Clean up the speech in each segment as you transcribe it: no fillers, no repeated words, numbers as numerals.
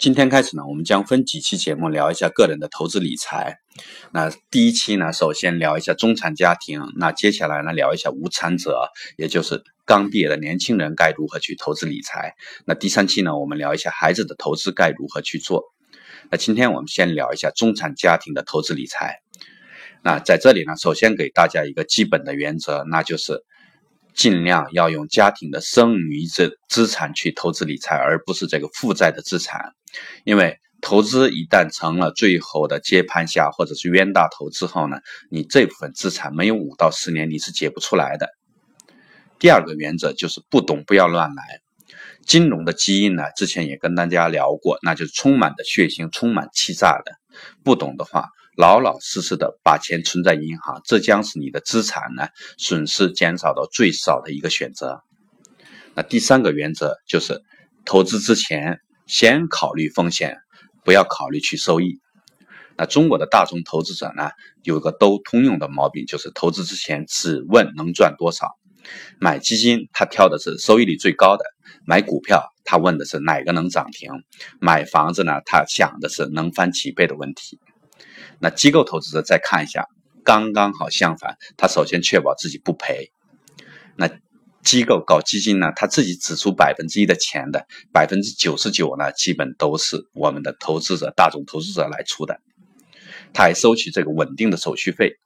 今天开始呢，我们将分几期节目聊一下个人的投资理财。那第一期呢，首先聊一下中产家庭，那接下来呢，聊一下无产者，也就是刚毕业的年轻人该如何去投资理财。那第三期呢，我们聊一下孩子的投资该如何去做。那今天我们先聊一下中产家庭的投资理财。那在这里呢，首先给大家一个基本的原则，那就是尽量要用家庭的剩余资产去投资理财，而不是这个负债的资产。因为投资一旦成了最后的接盘侠或者是冤大头之后呢，你这部分资产没有5到10年你是解不出来的。第二个原则就是不懂不要乱来。金融的基因呢，之前也跟大家聊过，那就是充满的血腥，充满欺诈的。不懂的话，老老实实的把钱存在银行，这将是你的资产呢损失减少到最少的一个选择。那第三个原则就是投资之前先考虑风险，不要考虑去收益。那中国的大众投资者呢，有个都通用的毛病，就是投资之前只问能赚多少。买基金他挑的是收益率最高的，买股票他问的是哪个能涨停，买房子呢他想的是能翻几倍的问题。那机构投资者再看一下，刚刚好相反，他首先确保自己不赔。那机构搞基金呢，他自己只出1%的钱的，99%呢基本都是我们的投资者、大众投资者来出的，他还收取这个稳定的手续费。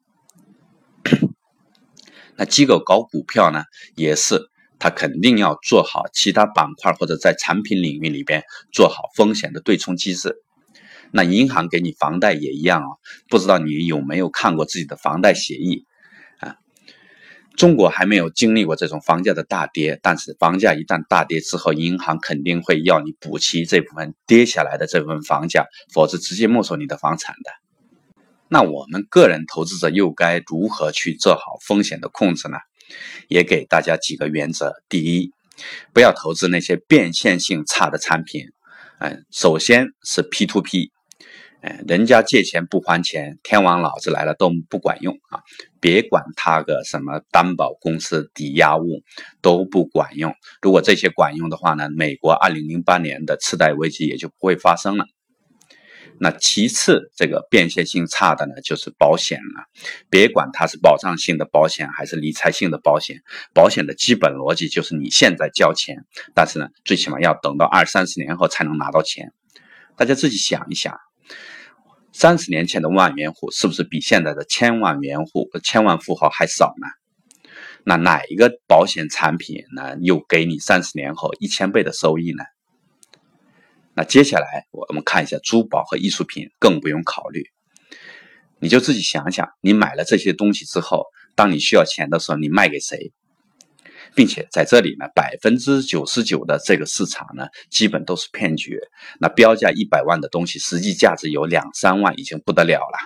那机构搞股票呢，也是他肯定要做好其他板块或者在产品领域里边做好风险的对冲机制。那银行给你房贷也一样不知道你有没有看过自己的房贷协议中国还没有经历过这种房价的大跌，但是房价一旦大跌之后，银行肯定会要你补齐这部分跌下来的这部分房价，否则直接没收你的房产的。那我们个人投资者又该如何去做好风险的控制呢？也给大家几个原则。第一，不要投资那些变现性差的产品。首先是 P2P，人家借钱不还钱，天王老子来了都不管用别管他个什么担保公司、抵押物都不管用。如果这些管用的话呢，美国2008年的次贷危机也就不会发生了。那其次，这个变现性差的呢，就是保险了。别管它是保障性的保险还是理财性的保险，保险的基本逻辑就是你现在交钱，但是呢，最起码要等到20-30年后才能拿到钱。大家自己想一想，30年前的万元户是不是比现在的千万富豪还少呢？那哪一个保险产品呢，又给你30年后1000倍的收益呢？那接下来我们看一下珠宝和艺术品，更不用考虑。你就自己想想，你买了这些东西之后，当你需要钱的时候，你卖给谁？并且在这里呢，99%的这个市场呢，基本都是骗局。那标价100万的东西，实际价值有2-3万，已经不得了了。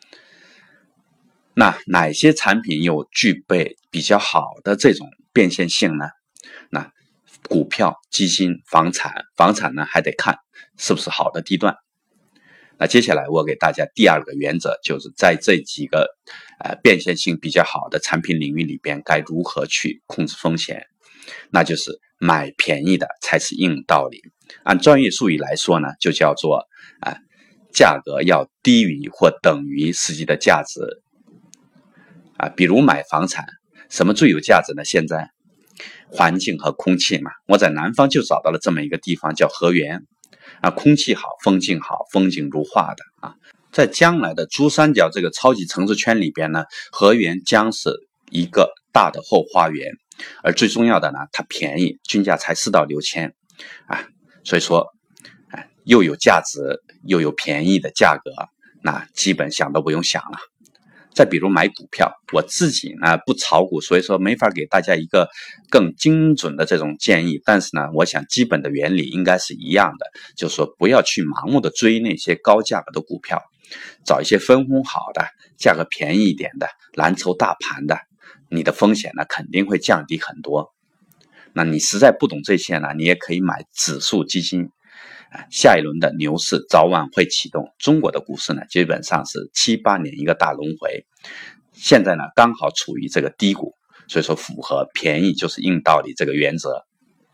那哪些产品又具备比较好的这种变现性呢？那股票、基金、房产呢还得看是不是好的地段。那接下来我给大家第二个原则，就是在这几个变现性比较好的产品领域里边该如何去控制风险。那就是买便宜的才是硬道理。按专业术语来说呢，就叫做价格要低于或等于实际的价值比如买房产，什么最有价值呢？现在环境和空气嘛，我在南方就找到了这么一个地方叫河源空气好，风景好，风景如画的在将来的珠三角这个超级城市圈里边呢，河源将是一个大的后花园，而最重要的呢，它便宜，均价才4到6千所以说又有价值又有便宜的价格，那基本想都不用想了。再比如买股票，我自己呢不炒股，所以说没法给大家一个更精准的这种建议，但是呢，我想基本的原理应该是一样的，就是说不要去盲目的追那些高价格的股票，找一些分红好的、价格便宜一点的、蓝筹大盘的，你的风险呢肯定会降低很多。那你实在不懂这些呢，你也可以买指数基金。下一轮的牛市早晚会启动，中国的股市呢基本上是7-8年一个大轮回，现在呢刚好处于这个低谷，所以说符合便宜就是硬道理这个原则。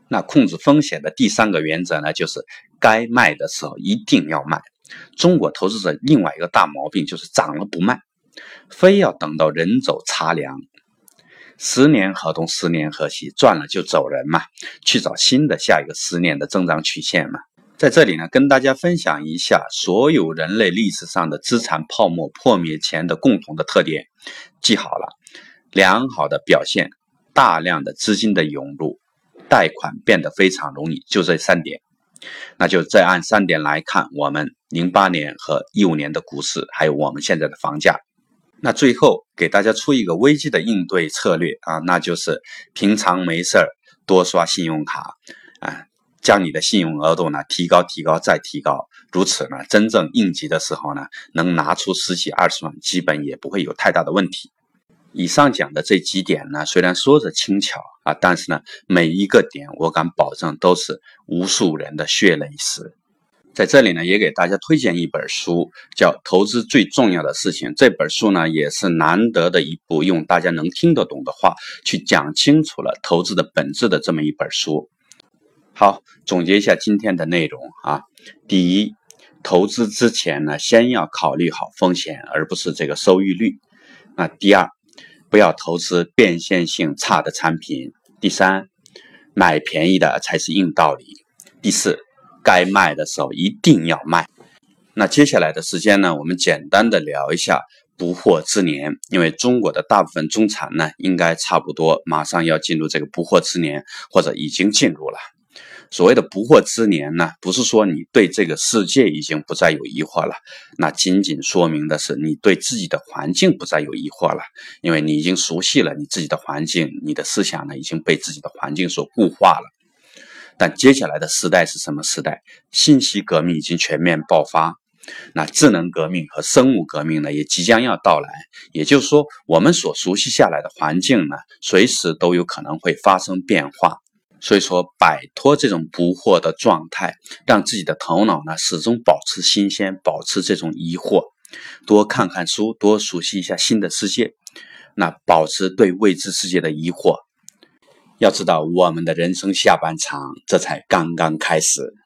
那控制风险的第3个原则呢，就是该卖的时候一定要卖。中国投资者另外一个大毛病就是涨了不卖，非要等到人走茶凉。10年河东10年河西，赚了就走人嘛，去找新的下一个10年的增长曲线嘛。在这里呢，跟大家分享一下所有人类历史上的资产泡沫破灭前的共同的特点，记好了：良好的表现，大量的资金的涌入，贷款变得非常容易，就这3点。那就再按3点来看我们08年和15年的股市，还有我们现在的房价。那最后给大家出一个危机的应对策略那就是平常没事多刷信用卡将你的信用额度呢提高再提高，如此呢真正应急的时候呢，能拿出10几20万，基本也不会有太大的问题。以上讲的这几点呢，虽然说着轻巧但是呢，每一个点我敢保证都是无数人的血泪史。在这里呢，也给大家推荐一本书，叫《投资最重要的事情》。这本书呢，也是难得的一部用大家能听得懂的话去讲清楚了投资的本质的这么一本书。好，总结一下今天的内容第一，投资之前呢，先要考虑好风险，而不是这个收益率。第二，不要投资变现性差的产品。第三，买便宜的才是硬道理。第四，该卖的时候一定要卖。那接下来的时间呢，我们简单的聊一下不惑之年，因为中国的大部分中产呢，应该差不多马上要进入这个不惑之年，或者已经进入了。所谓的不惑之年呢，不是说你对这个世界已经不再有疑惑了，那仅仅说明的是你对自己的环境不再有疑惑了，因为你已经熟悉了你自己的环境，你的思想呢已经被自己的环境所固化了。但接下来的时代是什么时代？信息革命已经全面爆发，那智能革命和生物革命呢也即将要到来，也就是说我们所熟悉下来的环境呢，随时都有可能会发生变化。所以说摆脱这种不惑的状态，让自己的头脑呢始终保持新鲜，保持这种疑惑，多看看书，多熟悉一下新的世界，那保持对未知世界的疑惑。要知道我们的人生下半场这才刚刚开始。